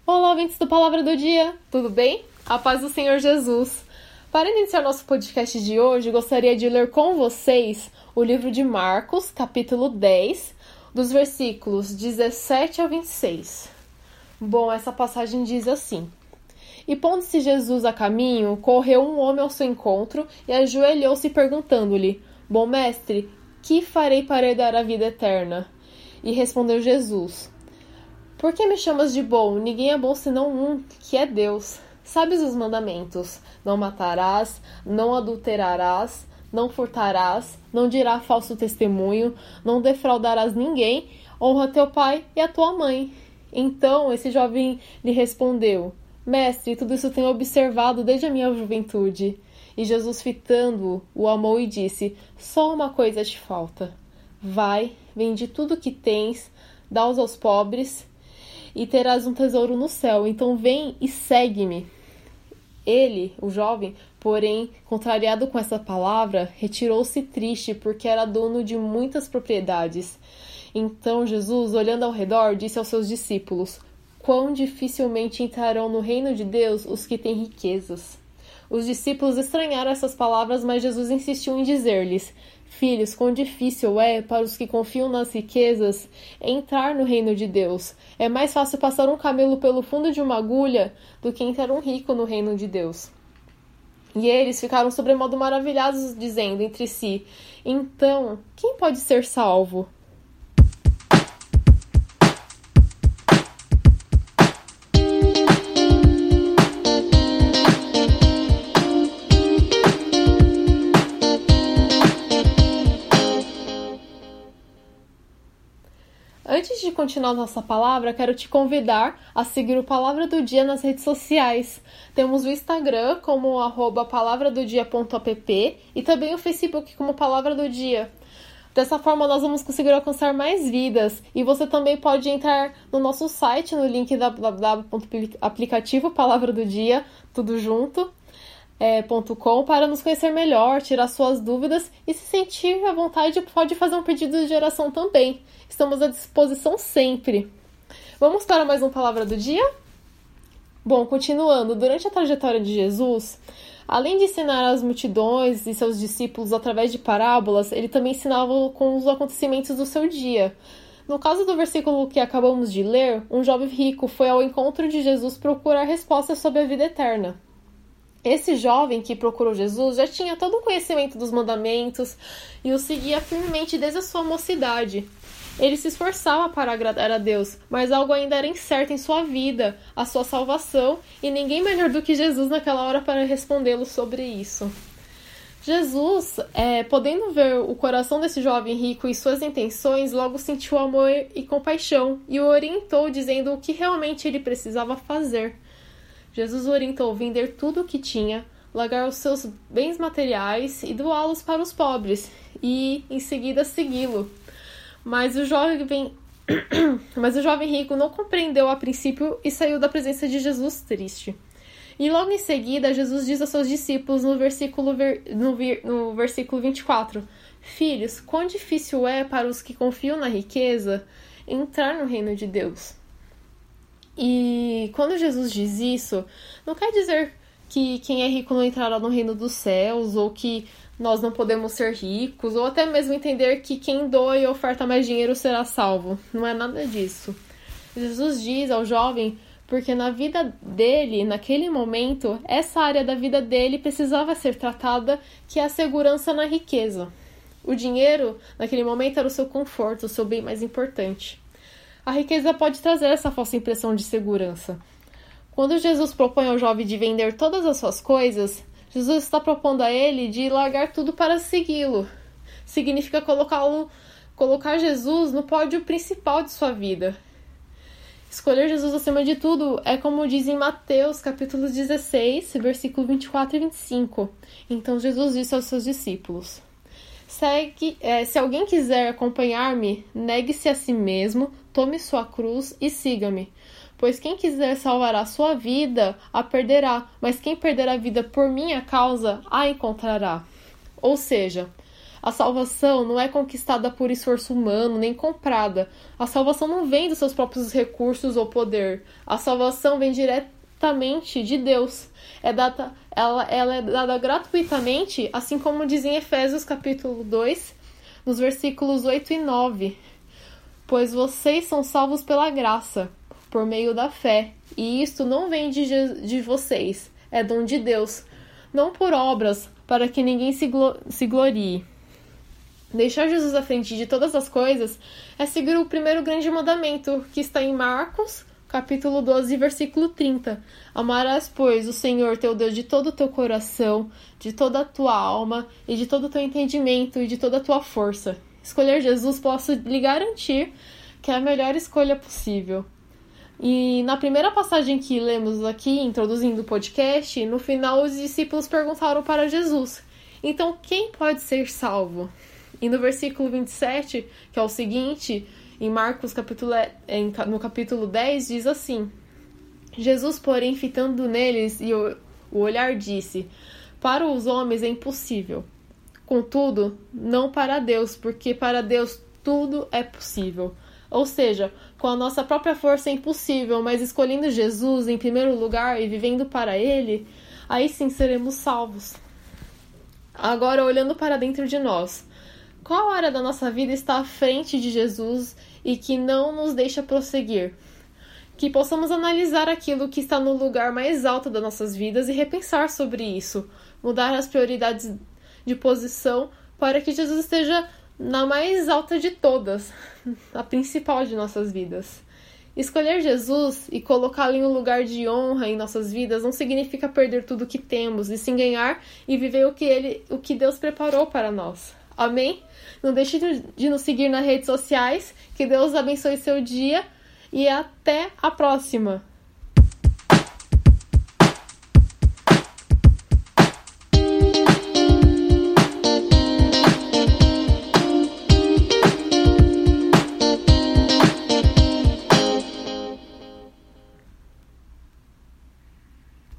Olá, ouvintes do Palavra do Dia, tudo bem? A paz do Senhor Jesus. Para iniciar nosso podcast de hoje, gostaria de ler com vocês o livro de Marcos, capítulo 10, dos versículos 17 ao 26. Bom, essa passagem diz assim: E pondo-se Jesus a caminho, correu um homem ao seu encontro e ajoelhou-se perguntando-lhe: Bom mestre, que farei para herdar a vida eterna? E respondeu Jesus: Por que me chamas de bom? Ninguém é bom senão um, que é Deus. Sabes os mandamentos: não matarás, não adulterarás, não furtarás, não dirás falso testemunho, não defraudarás ninguém, honra teu pai e a tua mãe. Então esse jovem lhe respondeu: Mestre, tudo isso tenho observado desde a minha juventude. E Jesus, fitando-o, o amou e disse: Só uma coisa te falta. Vai, vende tudo que tens, dá-os aos pobres, e terás um tesouro no céu. Então vem e segue-me. Ele, o jovem, porém, contrariado com essa palavra, retirou-se triste, porque era dono de muitas propriedades. Então Jesus, olhando ao redor, disse aos seus discípulos: Quão dificilmente entrarão no reino de Deus os que têm riquezas. Os discípulos estranharam essas palavras, mas Jesus insistiu em dizer-lhes: Filhos, quão difícil é para os que confiam nas riquezas entrar no reino de Deus. É mais fácil passar um camelo pelo fundo de uma agulha do que entrar um rico no reino de Deus. E eles ficaram sobremodo maravilhados, dizendo entre si: Então, quem pode ser salvo? Antes de continuar nossa palavra, quero te convidar a seguir o Palavra do Dia nas redes sociais. Temos o Instagram como @palavradodia.app e também o Facebook como Palavra do Dia. Dessa forma, nós vamos conseguir alcançar mais vidas. E você também pode entrar no nosso site, no link www.aplicativo Palavra do Dia, tudo junto, .com, para nos conhecer melhor, tirar suas dúvidas e se sentir à vontade, pode fazer um pedido de oração também. Estamos à disposição sempre. Vamos para mais uma Palavra do Dia? Bom, continuando, durante a trajetória de Jesus, além de ensinar as multidões e seus discípulos através de parábolas, ele também ensinava com os acontecimentos do seu dia. No caso do versículo que acabamos de ler, um jovem rico foi ao encontro de Jesus procurar respostas sobre a vida eterna. Esse jovem que procurou Jesus já tinha todo o conhecimento dos mandamentos e o seguia firmemente desde a sua mocidade. Ele se esforçava para agradar a Deus, mas algo ainda era incerto em sua vida, a sua salvação, e ninguém melhor do que Jesus naquela hora para respondê-lo sobre isso. Jesus, podendo ver o coração desse jovem rico e suas intenções, logo sentiu amor e compaixão e o orientou, dizendo o que realmente ele precisava fazer. Jesus o orientou a vender tudo o que tinha, largar os seus bens materiais e doá-los para os pobres, e em seguida segui-lo. Mas o jovem rico não compreendeu a princípio e saiu da presença de Jesus triste. E logo em seguida, Jesus diz aos seus discípulos no versículo 24: Filhos, quão difícil é para os que confiam na riqueza entrar no reino de Deus. E quando Jesus diz isso, não quer dizer que quem é rico não entrará no reino dos céus, ou que nós não podemos ser ricos, ou até mesmo entender que quem doa e oferta mais dinheiro será salvo. Não é nada disso. Jesus diz ao jovem porque na vida dele, naquele momento, essa área da vida dele precisava ser tratada, que é a segurança na riqueza. O dinheiro, naquele momento, era o seu conforto, o seu bem mais importante. A riqueza pode trazer essa falsa impressão de segurança. Quando Jesus propõe ao jovem de vender todas as suas coisas, Jesus está propondo a ele de largar tudo para segui-lo. Significa colocar Jesus no pódio principal de sua vida. Escolher Jesus acima de tudo é como diz em Mateus, capítulo 16, versículo 24 e 25. Então Jesus disse aos seus discípulos: Se alguém quiser acompanhar-me, negue-se a si mesmo, tome sua cruz e siga-me. Pois quem quiser salvar a sua vida, a perderá, mas quem perder a vida por minha causa, a encontrará. Ou seja, A salvação não é conquistada por esforço humano, nem comprada. A salvação não vem dos seus próprios recursos ou poder. A salvação vem diretamente de Deus. Ela é dada gratuitamente, assim como diz em Efésios capítulo 2, nos versículos 8 e 9. Pois vocês são salvos pela graça, por meio da fé. E isto não vem de vocês, é dom de Deus. Não por obras, para que ninguém se glorie. Deixar Jesus à frente de todas as coisas é seguir o primeiro grande mandamento, que está em Marcos, capítulo 12, versículo 30. Amarás, pois, o Senhor teu Deus de todo o teu coração, de toda a tua alma, e de todo o teu entendimento, e de toda a tua força. Escolher Jesus, posso lhe garantir que é a melhor escolha possível. E na primeira passagem que lemos aqui, introduzindo o podcast, no final os discípulos perguntaram para Jesus: então quem pode ser salvo? E no versículo 27, que é o seguinte, em Marcos no capítulo 10, diz assim: Jesus, porém, fitando neles e o olhar, disse: para os homens é impossível, contudo, não para Deus, porque para Deus tudo é possível. Ou seja, com a nossa própria força é impossível, mas escolhendo Jesus em primeiro lugar e vivendo para Ele, aí sim seremos salvos. Agora, olhando para dentro de nós, qual área da nossa vida está à frente de Jesus e que não nos deixa prosseguir? Que possamos analisar aquilo que está no lugar mais alto das nossas vidas e repensar sobre isso, mudar as prioridades de posição para que Jesus esteja na mais alta de todas, a principal de nossas vidas. Escolher Jesus e colocá-lo em um lugar de honra em nossas vidas não significa perder tudo o que temos, e sim ganhar e viver o que Deus preparou para nós. Amém? Não deixe de nos seguir nas redes sociais. Que Deus abençoe seu dia e até a próxima!